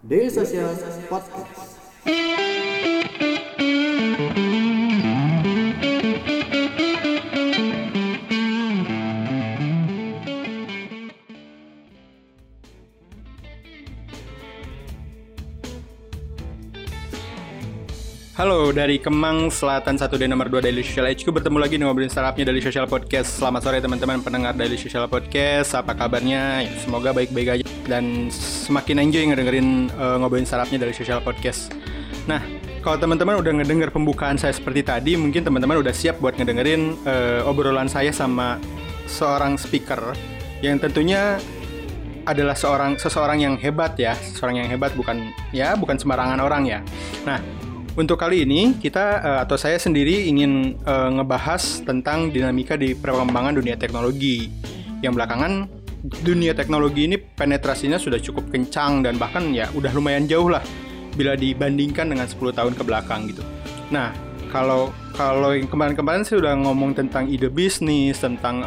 Daily Social Podcast. Halo, dari Kemang Selatan 1D nomor 2 Daily Social HQ, bertemu lagi dengan ngobrolin startupnya Daily Social Podcast. Selamat sore teman-teman pendengar Daily Social Podcast. Apa kabarnya? Ya, semoga baik-baik aja dan semakin enjoy ngedengerin ngobrolin startupnya Daily Social Podcast. Nah, kalau teman-teman udah ngedenger pembukaan saya seperti tadi, mungkin teman-teman udah siap buat ngedengerin obrolan saya sama seorang speaker yang tentunya adalah seseorang yang hebat ya. Seseorang yang hebat bukan sembarangan orang ya. Nah, untuk kali ini kita atau saya sendiri ingin ngebahas tentang dinamika di perkembangan dunia teknologi. Yang belakangan dunia teknologi ini penetrasinya sudah cukup kencang dan bahkan ya udah lumayan jauh lah bila dibandingkan dengan 10 tahun ke belakang gitu. Nah, kalau yang kemarin-kemarin saya udah ngomong tentang ide bisnis, tentang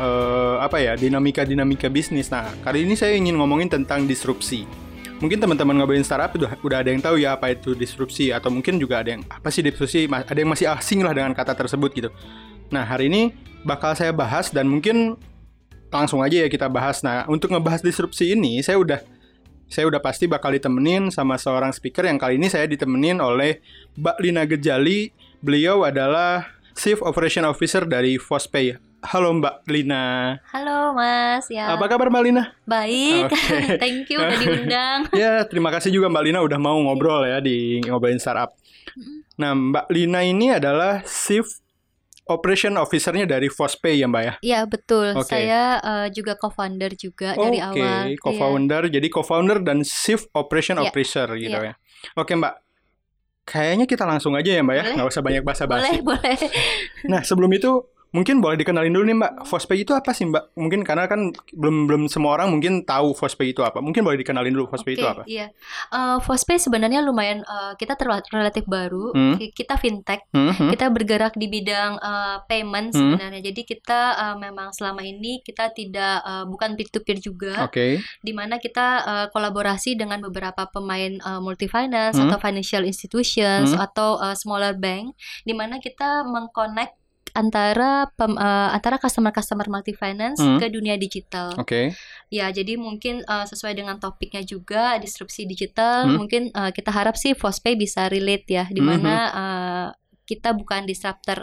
dinamika bisnis. Nah, kali ini saya ingin ngomongin tentang disrupsi. Mungkin teman-teman ngobrolin startup udah ada yang tahu ya apa itu disrupsi, atau mungkin juga ada yang apa sih disrupsi, ada yang masih asing lah dengan kata tersebut gitu. Nah, hari ini bakal saya bahas dan mungkin langsung aja ya kita bahas. Nah, untuk ngebahas disrupsi ini saya udah pasti bakal ditemenin sama seorang speaker yang kali ini saya ditemenin oleh Mbak Lina Gejali. Beliau adalah Chief Operation Officer dari Fospay. Halo Mbak Lina. Halo Mas, ya. Apa kabar Mbak Lina? Baik, Okay. Thank you udah diundang. Ya, terima kasih juga Mbak Lina udah mau ngobrol ya di ngobrolin startup. Nah, Mbak Lina ini adalah Chief Operation Officer-nya dari Fospay ya Mbak ya? Iya betul, Okay. saya juga co-founder juga dari awal. Oke, co-founder, jadi co-founder dan Chief Operation Iya. Officer gitu Iya. ya. Oke Mbak, kayaknya kita langsung aja ya Mbak ya, Boleh. nggak usah banyak basa-basi. Boleh. Nah, sebelum itu mungkin boleh dikenalin dulu nih Mbak, Fospay itu apa sih Mbak? Mungkin karena kan belum semua orang mungkin tahu Fospay itu apa. Mungkin boleh dikenalin dulu Fospay itu apa? Iya. Fospay sebenarnya lumayan kita relatif baru. Kita fintech. Kita bergerak di bidang payment sebenarnya. Jadi kita memang selama ini kita tidak bukan peer to peer juga. Oke. Di mana kita kolaborasi dengan beberapa pemain multi-finance atau financial institutions atau smaller bank, di mana kita mengconnect antara customer multi-finance ke dunia digital. Oke. Ya, jadi mungkin sesuai dengan topiknya juga disrupsi digital, mungkin kita harap sih Fospay bisa relate ya, di mana kita bukan disruptor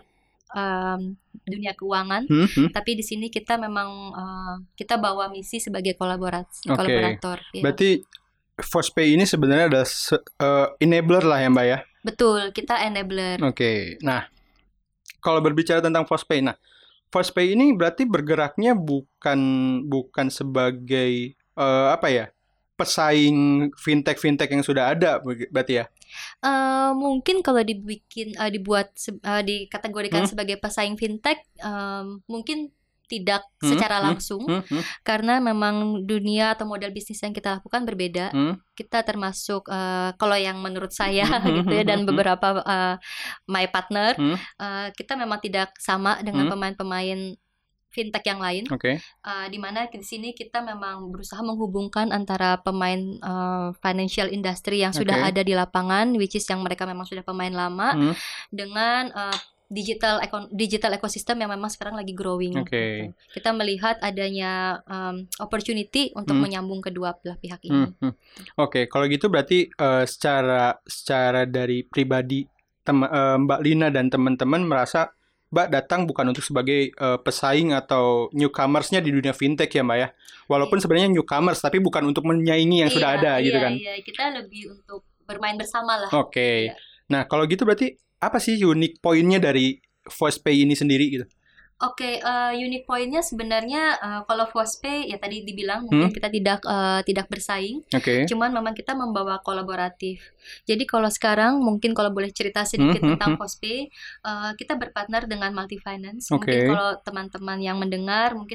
dunia keuangan, tapi di sini kita memang kita bawa misi sebagai kolaborator. Ya. Berarti Fospay ini sebenarnya adalah enabler lah ya Mbak ya? Betul, kita enabler. Oke. Nah, kalau berbicara tentang Fospay, Fospay ini berarti bergeraknya bukan sebagai pesaing fintech yang sudah ada berarti ya? Mungkin kalau dikategorikan sebagai pesaing fintech, mungkin tidak secara langsung, karena memang dunia atau model bisnis yang kita lakukan berbeda. Kita termasuk kalau yang menurut saya gitu ya, dan beberapa my partner, kita memang tidak sama dengan pemain-pemain fintech yang lain. Di mana di sini kita memang berusaha menghubungkan antara pemain financial industry yang sudah ada di lapangan, which is yang mereka memang sudah pemain lama, dengan digital ekosistem yang memang sekarang lagi growing. Gitu. Kita melihat adanya opportunity untuk menyambung kedua belah pihak ini. Oke, kalau gitu berarti secara dari pribadi Mbak Lina dan teman-teman merasa Mbak datang bukan untuk sebagai pesaing atau newcomers-nya di dunia fintech ya Mbak ya. Walaupun sebenarnya newcomers, tapi bukan untuk menyaingi yang sudah ada gitu kan. Iya, kita lebih untuk bermain bersama lah. Oke. Nah, kalau gitu berarti apa sih unique point-nya dari Fospay ini sendiri gitu? Oke, unique point-nya sebenarnya kalau Fospay ya tadi dibilang mungkin kita tidak bersaing, cuman memang kita membawa kolaboratif. Jadi kalau sekarang mungkin kalau boleh cerita sedikit tentang Fospay, kita berpartner dengan multi finance. Mungkin kalau teman-teman yang mendengar mungkin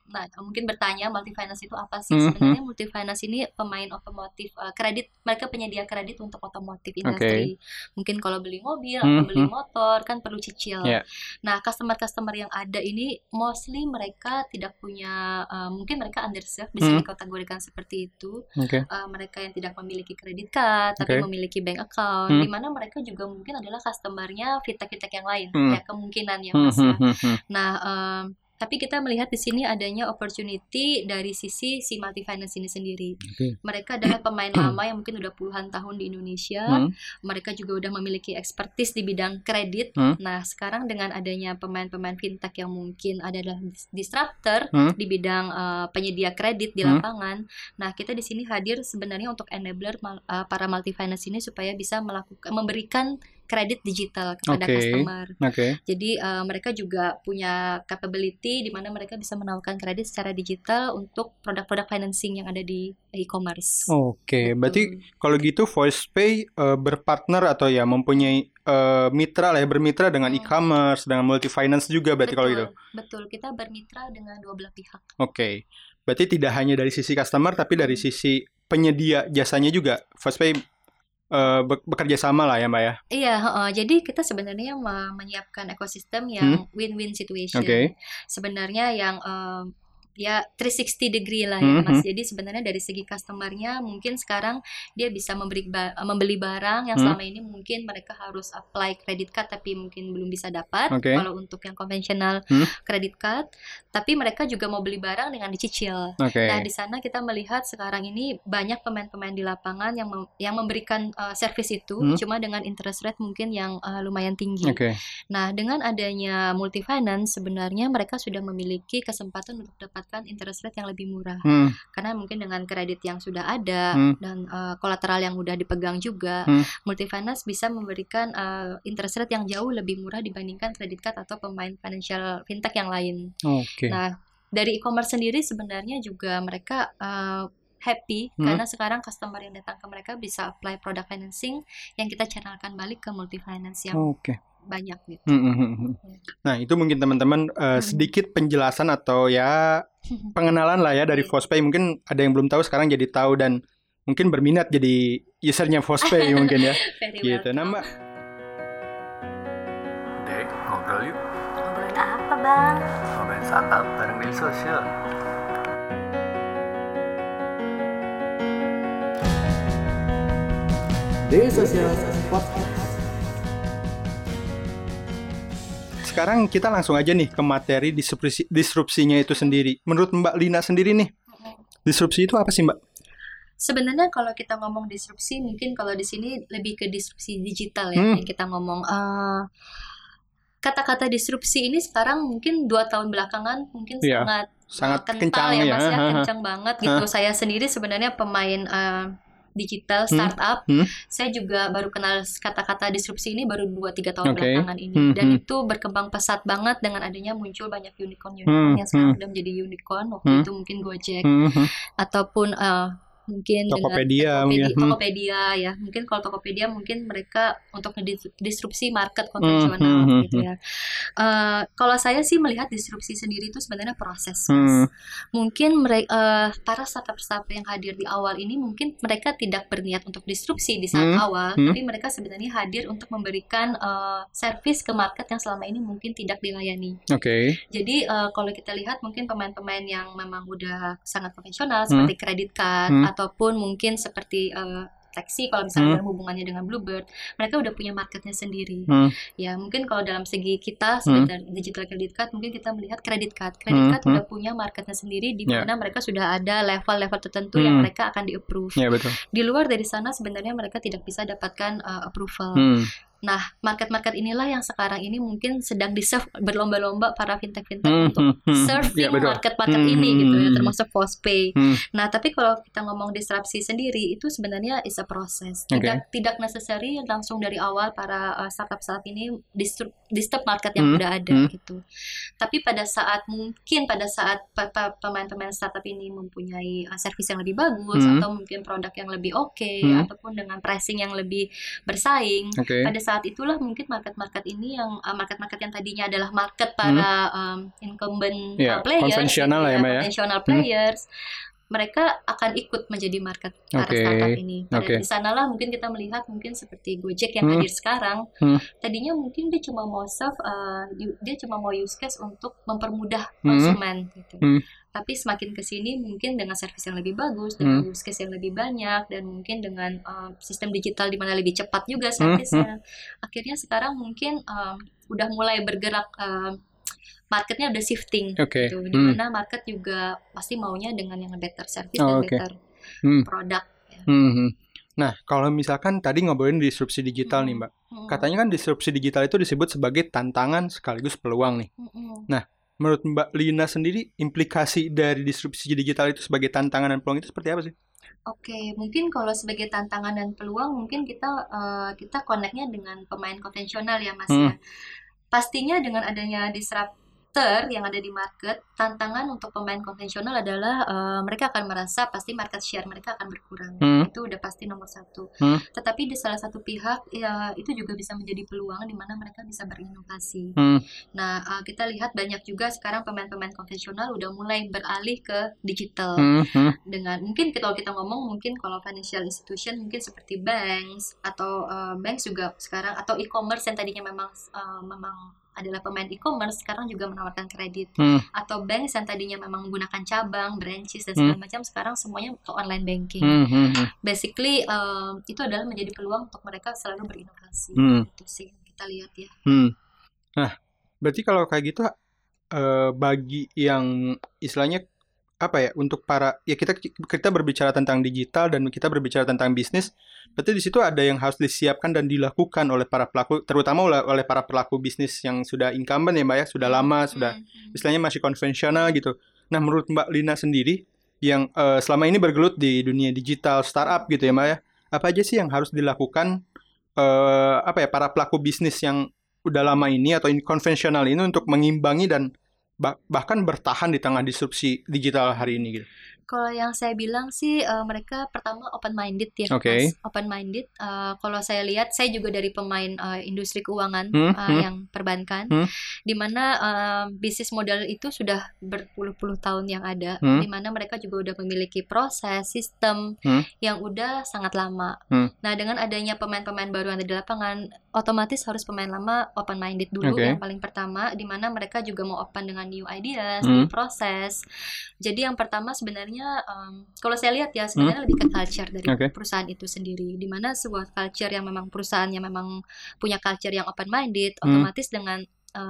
mungkin bertanya multi-finance itu apa sih? Sebenarnya multi-finance ini pemain otomotif kredit, mereka penyedia kredit untuk otomotif industri. Mungkin kalau beli mobil atau beli motor kan perlu cicil. Nah, customer yang ada ini mostly mereka tidak punya, mungkin mereka underserved, bisa dikategorikan seperti itu. Mereka yang tidak memiliki kredit card tapi memiliki bank account, di mana mereka juga mungkin adalah customernya fintech yang lain, ya kemungkinan ya Mas ya. Nah, tapi kita melihat di sini adanya opportunity dari sisi si multi-finance ini sendiri. Mereka adalah pemain lama yang mungkin udah puluhan tahun di Indonesia. Mereka juga udah memiliki expertise di bidang kredit. Nah, sekarang dengan adanya pemain-pemain fintech yang mungkin adalah disruptor di bidang penyedia kredit di lapangan. Nah, kita di sini hadir sebenarnya untuk enabler para multi-finance ini supaya bisa memberikan kredit digital kepada customer. Jadi mereka juga punya capability di mana mereka bisa menawarkan kredit secara digital untuk produk-produk financing yang ada di e-commerce. Berarti kalau gitu VoicePay berpartner atau ya mempunyai mitra lah ya, bermitra dengan e-commerce, dengan multi finance juga berarti kalau gitu. Betul, kita bermitra dengan dua belah pihak. Berarti tidak hanya dari sisi customer tapi dari sisi penyedia jasanya juga VoicePay bekerja sama lah ya Mbak ya. Iya, jadi kita sebenarnya menyiapkan ekosistem yang win-win situation. Sebenarnya yang ya 360 degree lah ya Mas. Jadi sebenarnya dari segi customernya mungkin sekarang dia bisa membeli barang yang selama ini mungkin mereka harus apply credit card tapi mungkin belum bisa dapat kalau untuk yang konvensional credit card. Tapi mereka juga mau beli barang dengan dicicil. Nah, di sana kita melihat sekarang ini banyak pemain-pemain di lapangan yang memberikan service itu cuma dengan interest rate mungkin yang lumayan tinggi. Nah, dengan adanya multi finance sebenarnya mereka sudah memiliki kesempatan untuk dapat interest rate yang lebih murah karena mungkin dengan kredit yang sudah ada dan kolateral yang udah dipegang juga, multi-finance bisa memberikan interest rate yang jauh lebih murah dibandingkan kredit card atau pemain financial fintech yang lain. Nah, dari e-commerce sendiri sebenarnya juga mereka happy karena sekarang customer yang datang ke mereka bisa apply produk financing yang kita channelkan balik ke multi-finance yang banyak gitu. Nah, itu mungkin teman-teman sedikit penjelasan atau ya pengenalan lah ya dari VoicePay. Mungkin ada yang belum tahu sekarang jadi tahu dan mungkin berminat jadi usernya VoicePay mungkin ya. Gitu. Nah, Mbak. Dek, ngobrol yuk. Ngobrolin apa, Bang? Ngobrolin startup bareng Daily Social. Daily Social Podcast. Sekarang kita langsung aja nih ke materi disrupsinya itu sendiri. Menurut Mbak Lina sendiri nih, disrupsi itu apa sih Mbak? Sebenarnya kalau kita ngomong disrupsi, mungkin kalau di sini lebih ke disrupsi digital ya. Kita ngomong kata-kata disrupsi ini sekarang mungkin 2 tahun belakangan mungkin sangat kental ya Mas ya, kencang banget gitu. Saya sendiri sebenarnya pemain digital startup, saya juga baru kenal kata-kata disrupsi ini baru 2-3 tahun belakangan ini, dan itu berkembang pesat banget dengan adanya muncul banyak unicorn yang sekarang udah menjadi unicorn. Waktu itu mungkin Gojek ataupun mungkin Tokopedia, Tokopedia ya. Mungkin kalau Tokopedia mungkin mereka untuk disrupsi market konvensional gitu ya. Kalau saya sih melihat disrupsi sendiri itu sebenarnya proses, Mas. Mungkin para startup yang hadir di awal ini mungkin mereka tidak berniat untuk disrupsi di saat awal, tapi mereka sebenarnya hadir untuk memberikan service ke market yang selama ini mungkin tidak dilayani. Jadi kalau kita lihat mungkin pemain-pemain yang memang udah sangat profesional seperti credit card ataupun mungkin seperti taksi kalau misalnya hubungannya dengan Bluebird, mereka udah punya marketnya sendiri. Ya mungkin kalau dalam segi kita sebentar digital credit card, mungkin kita melihat credit card udah punya marketnya sendiri di mana mereka sudah ada level-level tertentu yang mereka akan di-approve. Di luar dari sana sebenarnya mereka tidak bisa dapatkan approval. Nah, market-market inilah yang sekarang ini mungkin sedang di-serve berlomba-lomba para fintech-fintech untuk serving market-market ini gitu ya, termasuk VoicePay. Nah, tapi kalau kita ngomong disrupsi sendiri itu sebenarnya is a process. Tidak necessary langsung dari awal para startup ini disturb market yang udah ada gitu. Tapi pada saat pemain-pemain startup ini mempunyai service yang lebih bagus atau mungkin produk yang lebih ataupun dengan pricing yang lebih bersaing, pada saat itulah mungkin market-market ini yang market-market yang tadinya adalah market para incumbent players, konvensional gitu, ya, Mbak ya. konvensional players, mereka akan ikut menjadi market para startup ini. Pada di sanalah mungkin kita melihat mungkin seperti Gojek yang hadir sekarang. Tadinya mungkin dia cuma mau use case untuk mempermudah konsumen gitu. Tapi semakin kesini mungkin dengan service yang lebih bagus, dengan use case yang lebih banyak, dan mungkin dengan sistem digital di mana lebih cepat juga service-nya. Akhirnya sekarang mungkin udah mulai bergerak, marketnya udah shifting gitu. Dimana market juga pasti maunya dengan yang better service dan better produk. Nah, kalau misalkan tadi ngobrolin disrupsi digital nih Mbak, katanya kan disrupsi digital itu disebut sebagai tantangan sekaligus peluang nih. Nah, menurut Mbak Lina sendiri, implikasi dari disrupsi digital itu sebagai tantangan dan peluang itu seperti apa sih? Oke, mungkin kalau sebagai tantangan dan peluang, mungkin kita connect-nya dengan pemain konvensional ya Mas ya. Pastinya dengan adanya disruptor yang ada di market, tantangan untuk pemain konvensional adalah mereka akan merasa pasti market share mereka akan berkurang. Itu udah pasti nomor satu. Tetapi di salah satu pihak ya, itu juga bisa menjadi peluang di mana mereka bisa berinovasi. Nah, kita lihat banyak juga sekarang pemain-pemain konvensional udah mulai beralih ke digital. Dengan mungkin kalau kita ngomong mungkin kalau financial institution mungkin seperti banks atau banks juga sekarang, atau e-commerce yang tadinya memang adalah pemain e-commerce sekarang juga menawarkan kredit, atau bank yang tadinya memang menggunakan cabang, branches dan segala macam, sekarang semuanya ke online banking. Basically itu adalah menjadi peluang untuk mereka selalu berinovasi. Itu sih yang kita lihat ya. Nah, berarti kalau kayak gitu bagi yang istilahnya apa ya, untuk para ya kita berbicara tentang digital dan kita berbicara tentang bisnis, berarti di situ ada yang harus disiapkan dan dilakukan oleh para pelaku, terutama oleh para pelaku bisnis yang sudah incumbent ya Mbak ya, sudah lama, sudah istilahnya masih konvensional gitu. Nah, menurut Mbak Lina sendiri yang selama ini bergelut di dunia digital startup gitu ya Mbak ya, apa aja sih yang harus dilakukan para pelaku bisnis yang udah lama ini atau konvensional ini untuk mengimbangi dan bahkan bertahan di tengah disrupsi digital hari ini gitu? Kalau yang saya bilang sih mereka pertama open minded ya, Mas. Open minded. Kalau saya lihat, saya juga dari pemain industri keuangan yang perbankan, di mana bisnis model itu sudah berpuluh-puluh tahun yang ada, di mana mereka juga udah memiliki proses sistem yang udah sangat lama. Nah, dengan adanya pemain-pemain baru yang ada di lapangan, otomatis harus pemain lama open minded dulu yang paling pertama, di mana mereka juga mau open dengan new ideas, new proses. Jadi yang pertama sebenarnya kalau saya lihat ya sebenarnya lebih ke culture dari perusahaan itu sendiri, di mana sebuah culture yang memang perusahaannya memang punya culture yang open minded, otomatis dengan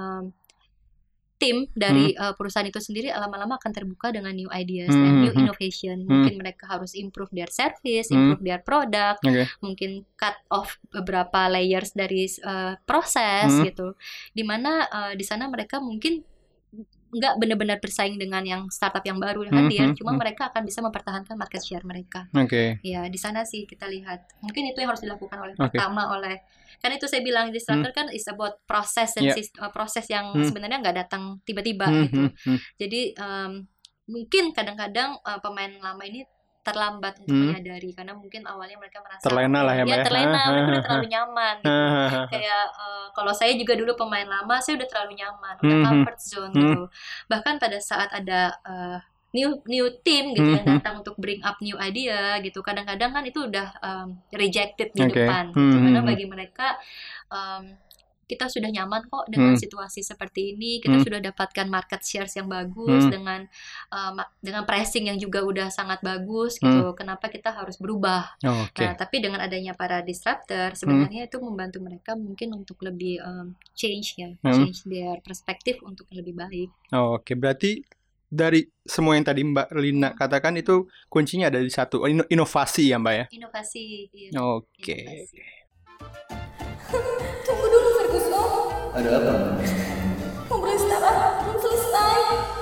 tim dari perusahaan itu sendiri lama-lama akan terbuka dengan new ideas dan new innovation. Mungkin mereka harus improve their service, improve their product, mungkin cut off beberapa layers dari proses gitu, di mana di sana mereka mungkin nggak benar-benar bersaing dengan yang startup yang baru yang hadir, cuma mereka akan bisa mempertahankan market share mereka. Ya, di sana sih kita lihat. Mungkin itu yang harus dilakukan pertama oleh, kan itu saya bilang disruptor kan is about proses dan proses yang sebenarnya nggak datang tiba-tiba gitu. Jadi mungkin kadang-kadang pemain lama ini terlambat untuk menyadari, karena mungkin awalnya mereka merasa terlena lah ya, terlena, mereka udah terlalu nyaman gitu. Kayak kalau saya juga dulu pemain lama, saya udah terlalu nyaman, udah comfort zone gitu. Bahkan pada saat ada new team gitu yang datang untuk bring up new idea gitu, kadang-kadang kan itu udah rejected di depan gitu. Karena bagi mereka kita sudah nyaman kok dengan situasi seperti ini, kita sudah dapatkan market shares yang bagus, dengan pricing yang juga udah sangat bagus gitu. Kenapa kita harus berubah? Nah, tapi dengan adanya para disruptor sebenarnya itu membantu mereka mungkin untuk lebih change their perspektif untuk yang lebih baik. Berarti dari semua yang tadi Mbak Lina katakan itu kuncinya ada di satu, inovasi ya Mbak ya? Inovasi, iya. Inovasi. Tunggu dulu Ferguson. Ada apa? Ngobrol startup belum selesai.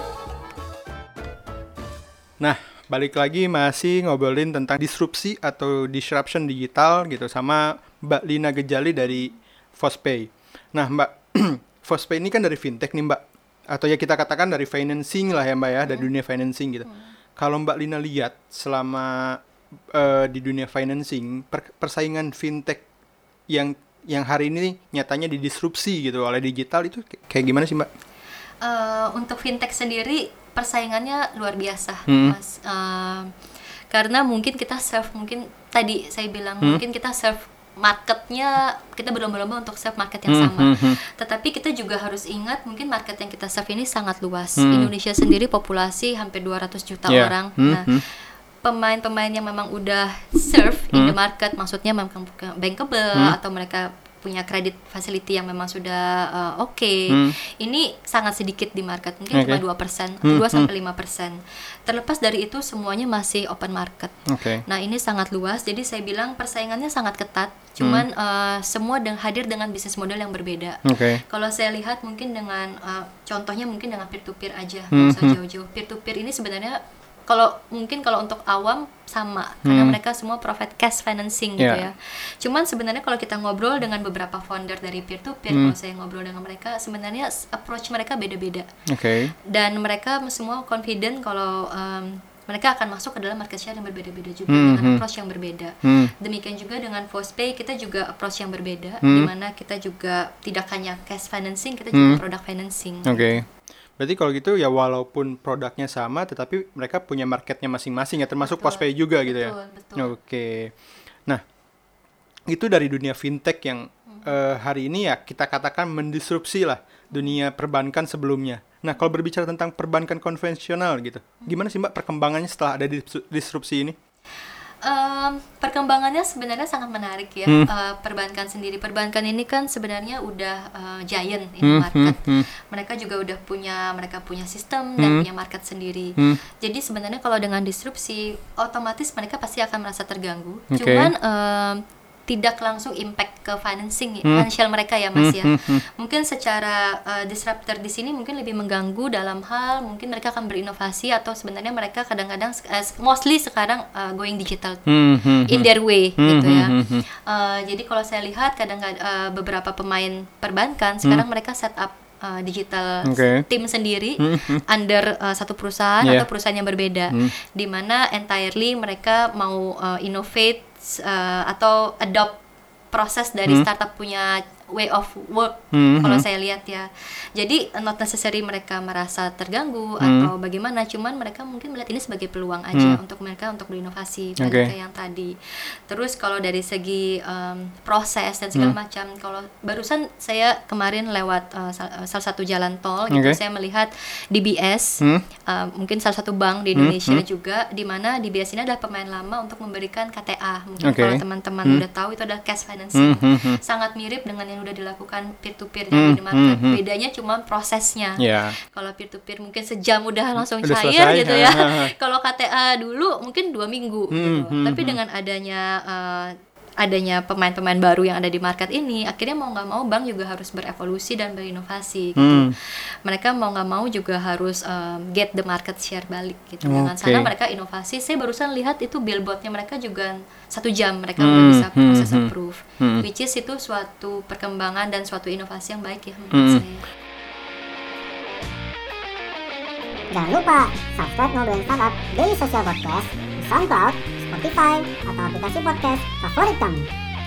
Nah, balik lagi masih ngobrolin tentang disrupsi atau disruption digital gitu sama Mbak Lina Gejali dari Fospay. Nah, Mbak, Fospay ini kan dari fintech nih Mbak, atau ya kita katakan dari financing lah ya Mbak ya, dari dunia financing gitu. Kalau Mbak Lina lihat selama di dunia financing, persaingan fintech yang yang hari ini nyatanya didisrupsi gitu oleh digital itu kayak gimana sih Mbak? Untuk fintech sendiri persaingannya luar biasa, Mas. Karena mungkin kita serve, mungkin tadi saya bilang mungkin kita serve marketnya, kita berlomba-lomba untuk serve market yang sama. Tetapi kita juga harus ingat mungkin market yang kita serve ini sangat luas. Indonesia sendiri populasi hampir 200 juta orang. Nah, pemain-pemain yang memang udah serve in the market, maksudnya memang bankable atau mereka punya kredit facility yang memang sudah ini sangat sedikit di market, mungkin cuma 2% atau 2-5%. Terlepas dari itu semuanya masih open market. Nah ini sangat luas, jadi saya bilang persaingannya sangat ketat, cuman semua hadir dengan bisnis model yang berbeda. Kalau saya lihat mungkin dengan contohnya mungkin dengan peer to peer aja, nggak usah jauh-jauh. Peer to peer ini sebenarnya kalau untuk awam sama, karena mereka semua provide cash financing gitu ya. Cuman sebenarnya kalau kita ngobrol dengan beberapa founder dari peer to peer, kalau saya ngobrol dengan mereka, sebenarnya approach mereka beda-beda. Dan mereka semua confident kalau mereka akan masuk ke dalam market share yang berbeda-beda juga, dengan approach yang berbeda. Demikian juga dengan Postpay, kita juga approach yang berbeda, di mana kita juga tidak hanya cash financing, kita juga product financing. Berarti kalau gitu ya walaupun produknya sama, tetapi mereka punya marketnya masing-masing ya, termasuk Postpay juga gitu ya. Betul. Nah, itu dari dunia fintech yang hari ini ya kita katakan mendisrupsi lah dunia perbankan sebelumnya. Nah, kalau berbicara tentang perbankan konvensional gitu, gimana sih Mbak perkembangannya setelah ada disrupsi ini? Perkembangannya sebenarnya sangat menarik ya. Perbankan sendiri, perbankan ini kan sebenarnya udah giant in market. Mereka juga udah mereka punya sistem dan punya market sendiri. Jadi sebenarnya kalau dengan disrupsi, otomatis mereka pasti akan merasa terganggu. Cuman tidak langsung impact ke financial mereka ya Mas ya. Mungkin secara disruptor di sini mungkin lebih mengganggu dalam hal mungkin mereka akan berinovasi, atau sebenarnya mereka kadang-kadang mostly sekarang going digital in their way gitu ya. Jadi kalau saya lihat kadang-kadang beberapa pemain perbankan sekarang mereka set up digital tim sendiri under satu perusahaan atau perusahaan yang berbeda, di mana entirely mereka mau innovate atau adopt proses dari startup punya way of work, kalau saya lihat ya. Jadi not necessary mereka merasa terganggu atau bagaimana, cuman mereka mungkin melihat ini sebagai peluang aja untuk mereka untuk berinovasi balik ke yang tadi. Terus kalau dari segi proses dan segala macam, kalau barusan saya kemarin lewat salah satu jalan tol gitu, saya melihat DBS, mungkin salah satu bank di Indonesia juga, di mana DBS ini adalah pemain lama untuk memberikan KTA. Mungkin kalau teman-teman udah tahu itu adalah cash financing. Sangat mirip dengan yang udah dilakukan peer to peer yang di market. Bedanya cuma prosesnya. Kalau peer to peer mungkin sejam udah langsung cair gitu ya. Kalau KTA dulu mungkin 2 minggu gitu. Tapi dengan adanya pemain-pemain baru yang ada di market ini, akhirnya mau nggak mau bank juga harus berevolusi dan berinovasi gitu. Mereka mau nggak mau juga harus get the market share balik gitu. Dengan sana mereka inovasi. Saya barusan lihat itu billboardnya mereka juga 1 jam mereka udah bisa proses approve, which is itu suatu perkembangan dan suatu inovasi yang baik ya menurut saya. Jangan lupa subscribe Ngobrolin Startup Daily Social Podcast di SoundCloud, Spotify, atau aplikasi podcast favorit kamu.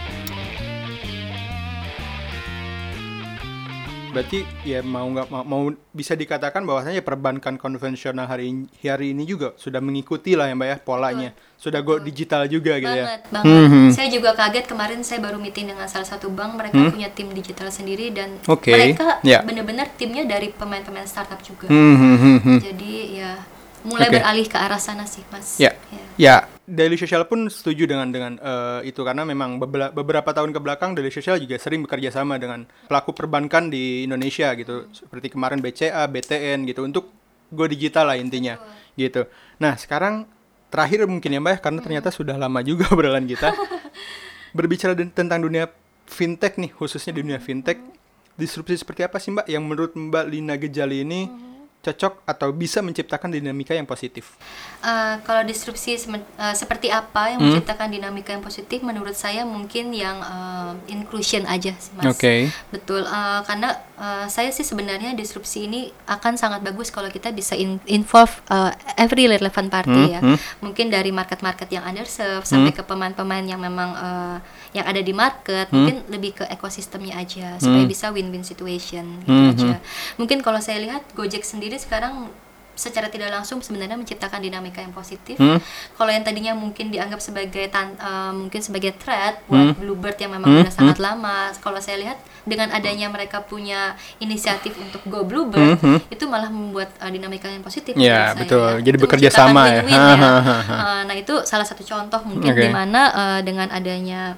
Berarti ya mau bisa dikatakan bahwasanya perbankan konvensional hari ini juga sudah mengikuti lah ya Mbak ya polanya. Sudah go digital juga gitu ya. Banget. Saya juga kaget kemarin saya baru meeting dengan salah satu bank, mereka punya tim digital sendiri dan mereka benar-benar timnya dari pemain-pemain startup juga. Jadi ya mulai beralih ke arah sana sih Mas. Ya, Daily Social pun setuju dengan itu, karena memang beberapa tahun ke belakang Daily Social juga sering bekerja sama dengan pelaku perbankan di Indonesia gitu, seperti kemarin BCA, BTN gitu, untuk go digital lah intinya gitu. Nah sekarang terakhir mungkin ya Mbak ya, karena ternyata sudah lama juga obrolan kita berbicara tentang dunia fintech nih, khususnya di dunia fintech, disrupsi seperti apa sih Mbak yang menurut Mbak Lina Gejali ini cocok atau bisa menciptakan dinamika yang positif? Kalau disrupsi seperti apa yang menciptakan dinamika yang positif, menurut saya mungkin yang inclusion aja sih, Mas. Betul, karena saya sih sebenarnya disrupsi ini akan sangat bagus kalau kita bisa involve every relevant party ya. Mungkin dari market-market yang underserved sampai ke pemain-pemain yang memang yang ada di market, mungkin lebih ke ekosistemnya aja supaya bisa win-win situation gitu aja. Mungkin kalau saya lihat Gojek sendiri sekarang secara tidak langsung sebenarnya menciptakan dinamika yang positif. Kalau yang tadinya mungkin dianggap sebagai mungkin sebagai threat buat Bluebird yang memang udah sangat lama, kalau saya lihat dengan adanya mereka punya inisiatif untuk go Bluebird, itu malah membuat dinamika yang positif. Ya, betul. Jadi itu bekerja sama ya. Nah, itu salah satu contoh mungkin di mana dengan adanya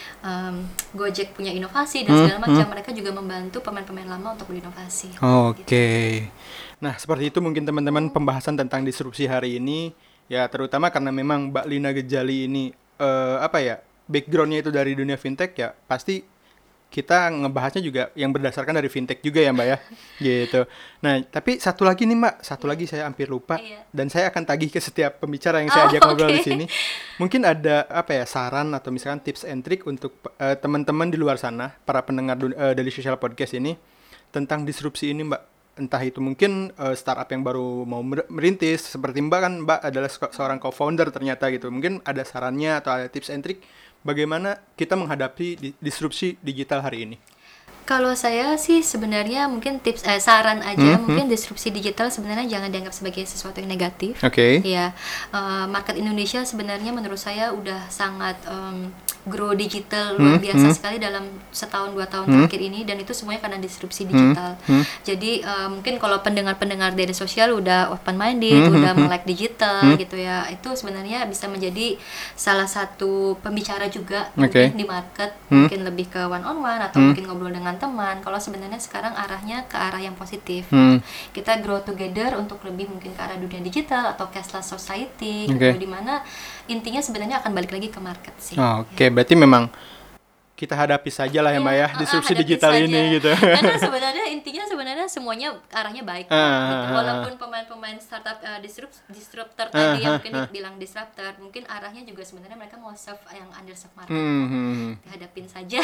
Gojek punya inovasi dan segala macam, mereka juga membantu pemain-pemain lama untuk berinovasi. Gitu. Nah, seperti itu mungkin teman-teman pembahasan tentang disrupsi hari ini, ya terutama karena memang Mbak Lina Ghazali ini background-nya itu dari dunia fintech, ya pasti kita ngebahasnya juga yang berdasarkan dari fintech juga ya Mbak ya, gitu. Nah, tapi satu lagi nih Mbak, saya hampir lupa, dan saya akan tagih ke setiap pembicara yang saya ajak ngobrol di sini. Mungkin ada saran atau misalkan tips and trick untuk teman-teman di luar sana, para pendengar Daily Social Podcast ini tentang disrupsi ini Mbak. Entah itu mungkin startup yang baru mau merintis, seperti Mbak kan, Mbak adalah seorang co-founder ternyata gitu. Mungkin ada sarannya atau ada tips and trick bagaimana kita menghadapi disrupsi digital hari ini? Kalau saya sih sebenarnya mungkin tips saran aja, mungkin disrupsi digital sebenarnya jangan dianggap sebagai sesuatu yang negatif. Ya, market Indonesia sebenarnya menurut saya udah sangat grow digital luar biasa sekali dalam setahun 2 tahun terakhir ini, dan itu semuanya karena disrupsi digital. Jadi mungkin kalau pendengar-pendengar dari sosial udah open minded, udah melek digital gitu ya, itu sebenarnya bisa menjadi salah satu pembicara juga mungkin di market, mungkin lebih ke one on one atau mungkin ngobrol dengan teman. Kalau sebenarnya sekarang arahnya ke arah yang positif. Kita grow together untuk lebih mungkin ke arah dunia digital atau cashless society, di mana intinya sebenarnya akan balik lagi ke market sih. Berarti memang kita hadapi saja lah ya Mbak ya, disrupsi digital saja ini gitu. Karena sebenarnya intinya semuanya arahnya baik gitu. Walaupun pemain-pemain startup disruptor tadi yang mungkin bilang disruptor, mungkin arahnya juga sebenarnya mereka mau serve yang underserved market. Hadapin saja.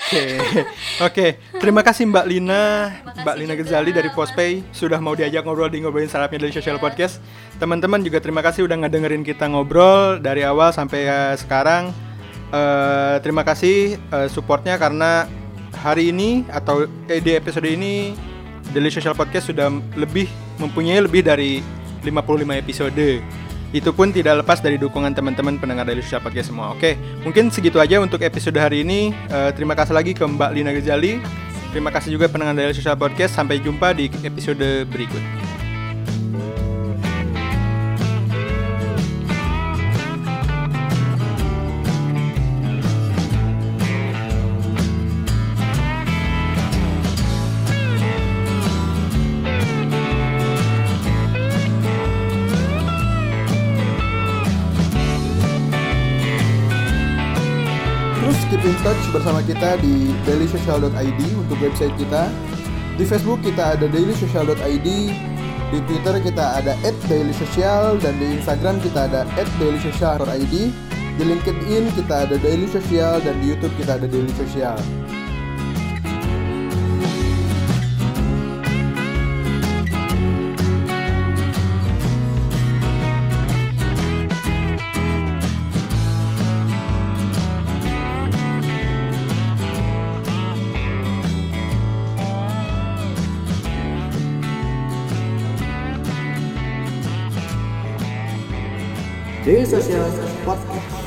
Oke. Terima kasih Mbak Lina Ghazali dari Postpay sudah mau diajak ngobrolin startupnya dari Social Podcast. Teman-teman juga terima kasih udah ngedengerin kita ngobrol dari awal sampai sekarang. Terima kasih supportnya, karena hari ini atau di episode ini Daily Social Podcast sudah mempunyai lebih dari 55 episode. Itu pun tidak lepas dari dukungan teman-teman pendengar Daily Social Podcast semua. Oke, mungkin segitu aja untuk episode hari ini. Terima kasih lagi ke Mbak Lina Ghazali. Terima kasih juga pendengar Daily Social Podcast. Sampai jumpa di episode berikut. Keep in touch bersama kita di dailysocial.id untuk website kita. Di Facebook kita ada dailysocial.id, di Twitter kita ada @dailysocial, dan di Instagram kita ada @dailysocial.id. Di LinkedIn kita ada Daily Social, dan di YouTube kita ada Daily Social. Daily Social Podcast.